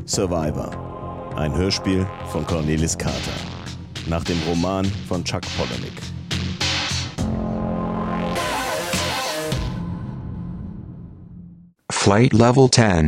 Survivor. Ein Hörspiel von Cornelis Carter. Nach dem Roman von Chuck Palahniuk. Flight Level 10.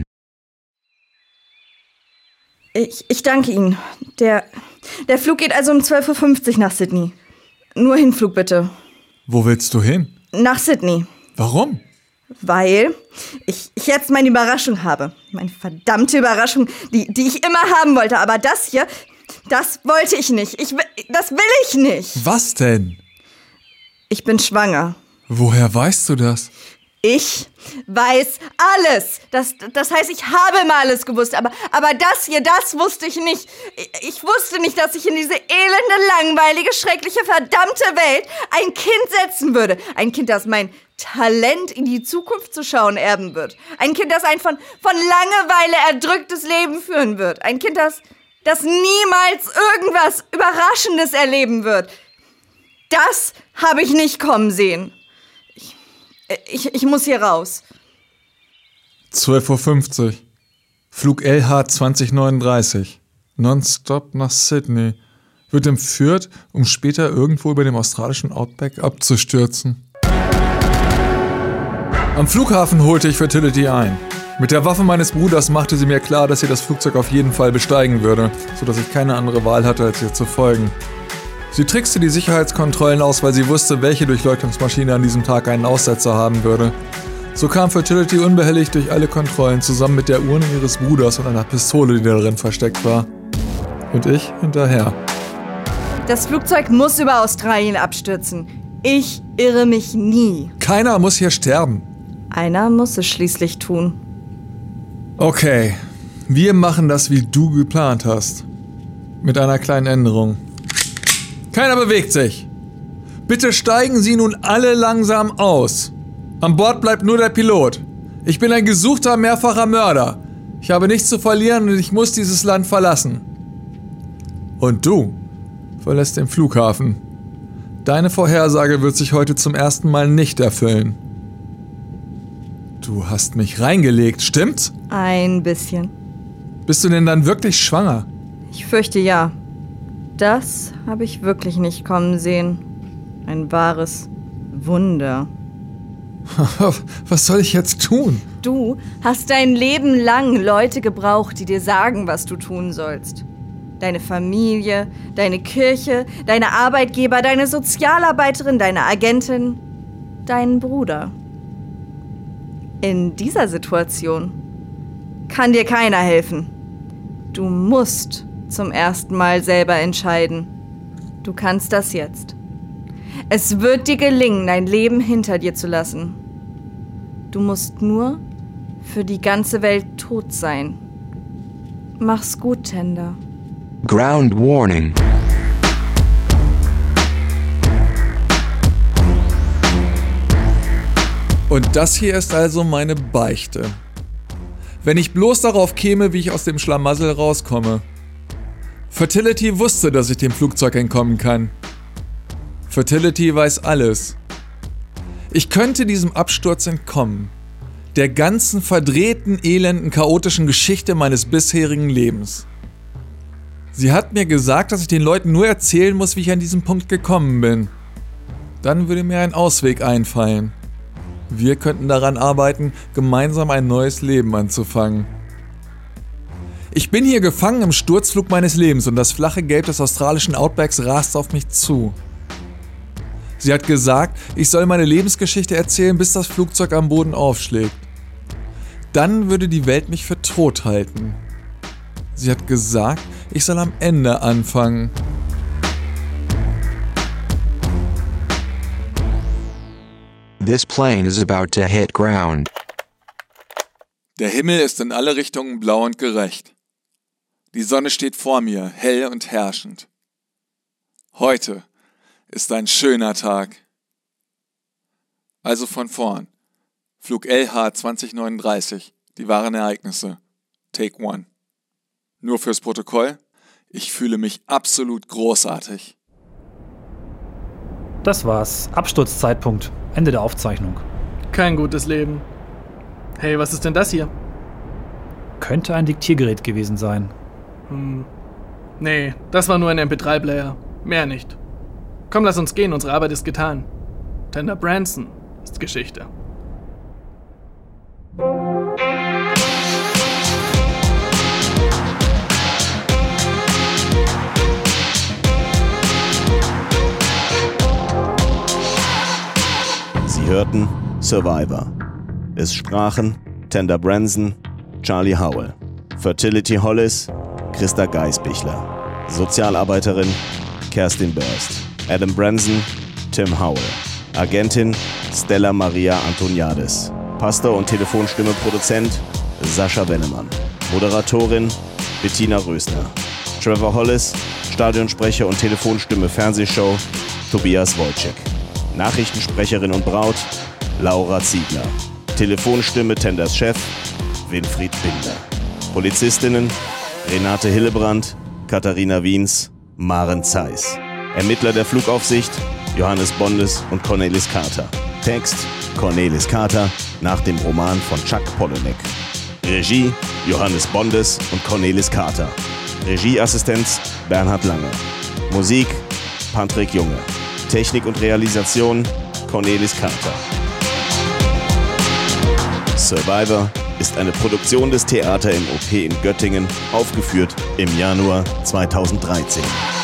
Ich danke Ihnen. Der Flug geht also um 12:50 Uhr nach Sydney. Nur Hinflug bitte. Wo willst du hin? Nach Sydney. Warum? Weil ich jetzt meine Überraschung habe. Meine verdammte Überraschung, die ich immer haben wollte. Aber das hier, das wollte ich nicht. Das will ich nicht. Was denn? Ich bin schwanger. Woher weißt du das? Ich weiß alles. Das heißt, ich habe immer alles gewusst. Aber das hier, das wusste ich nicht. Ich wusste nicht, dass ich in diese elende, langweilige, schreckliche, verdammte Welt ein Kind setzen würde. Ein Kind, das mein Talent in die Zukunft zu schauen erben wird. Ein Kind, das ein von Langeweile erdrücktes Leben führen wird. Ein Kind, das niemals irgendwas Überraschendes erleben wird. Das habe ich nicht kommen sehen. Ich muss hier raus. 12:50 Uhr. Flug LH 2039. Nonstop nach Sydney. Wird entführt, um später irgendwo über dem australischen Outback abzustürzen. Am Flughafen holte ich Fertility ein. Mit der Waffe meines Bruders machte sie mir klar, dass sie das Flugzeug auf jeden Fall besteigen würde, sodass ich keine andere Wahl hatte, als ihr zu folgen. Sie trickste die Sicherheitskontrollen aus, weil sie wusste, welche Durchleuchtungsmaschine an diesem Tag einen Aussetzer haben würde. So kam Fertility unbehelligt durch alle Kontrollen, zusammen mit der Urne ihres Bruders und einer Pistole, die darin versteckt war. Und ich hinterher. Das Flugzeug muss über Australien abstürzen. Ich irre mich nie. Keiner muss hier sterben. Einer muss es schließlich tun. Okay, wir machen das, wie du geplant hast. Mit einer kleinen Änderung. Keiner bewegt sich. Bitte steigen Sie nun alle langsam aus. An Bord bleibt nur der Pilot. Ich bin ein gesuchter, mehrfacher Mörder. Ich habe nichts zu verlieren und ich muss dieses Land verlassen. Und du verlässt den Flughafen. Deine Vorhersage wird sich heute zum ersten Mal nicht erfüllen. Du hast mich reingelegt, stimmt's? Ein bisschen. Bist du denn dann wirklich schwanger? Ich fürchte ja. Das habe ich wirklich nicht kommen sehen. Ein wahres Wunder. Was soll ich jetzt tun? Du hast dein Leben lang Leute gebraucht, die dir sagen, was du tun sollst. Deine Familie, deine Kirche, deine Arbeitgeber, deine Sozialarbeiterin, deine Agentin, deinen Bruder. In dieser Situation kann dir keiner helfen. Du musst zum ersten Mal selber entscheiden. Du kannst das jetzt. Es wird dir gelingen, dein Leben hinter dir zu lassen. Du musst nur für die ganze Welt tot sein. Mach's gut, Tender. Ground Warning. Und das hier ist also meine Beichte. Wenn ich bloß darauf käme, wie ich aus dem Schlamassel rauskomme. Fertility wusste, dass ich dem Flugzeug entkommen kann. Fertility weiß alles. Ich könnte diesem Absturz entkommen. Der ganzen verdrehten, elenden, chaotischen Geschichte meines bisherigen Lebens. Sie hat mir gesagt, dass ich den Leuten nur erzählen muss, wie ich an diesem Punkt gekommen bin. Dann würde mir ein Ausweg einfallen. Wir könnten daran arbeiten, gemeinsam ein neues Leben anzufangen. Ich bin hier gefangen im Sturzflug meines Lebens und das flache Gelb des australischen Outbacks rast auf mich zu. Sie hat gesagt, ich soll meine Lebensgeschichte erzählen, bis das Flugzeug am Boden aufschlägt. Dann würde die Welt mich für tot halten. Sie hat gesagt, ich soll am Ende anfangen. This plane is about to hit ground. Der Himmel ist in alle Richtungen blau und gerecht. Die Sonne steht vor mir, hell und herrschend. Heute ist ein schöner Tag. Also von vorn. Flug LH 2039. Die wahren Ereignisse. Take 1. Nur fürs Protokoll. Ich fühle mich absolut großartig. Das war's. Absturzzeitpunkt. Ende der Aufzeichnung. Kein gutes Leben. Hey, was ist denn das hier? Könnte ein Diktiergerät gewesen sein. Nee, das war nur ein MP3-Player. Mehr nicht. Komm, lass uns gehen, unsere Arbeit ist getan. Tender Branson ist Geschichte. Sie hörten Survivor. Es sprachen Tender Branson, Charlie Howell, Fertility Hollis, Christa Geisbichler, Sozialarbeiterin Kerstin Börst, Adam Branson, Tim Howell, Agentin Stella Maria Antoniades, Pastor und Telefonstimme-Produzent Sascha Wennemann, Moderatorin Bettina Rösner, Trevor Hollis, Stadionsprecher und Telefonstimme Fernsehshow Tobias Wojcik, Nachrichtensprecherin und Braut Laura Ziegler, Telefonstimme Tenders Chef Winfried Binder, Polizistinnen Renate Hillebrand, Katharina Wiens, Maren Zeiss, Ermittler der Flugaufsicht Johannes Bondes und Cornelis Carter. Text Cornelis Carter nach dem Roman von Chuck Palahniuk. Regie Johannes Bondes und Cornelis Carter. Regieassistenz Bernhard Lange. Musik Patrick Junge. Technik und Realisation Cornelis Carter. Survivor ist eine Produktion des Theater im OP in Göttingen, aufgeführt im Januar 2013.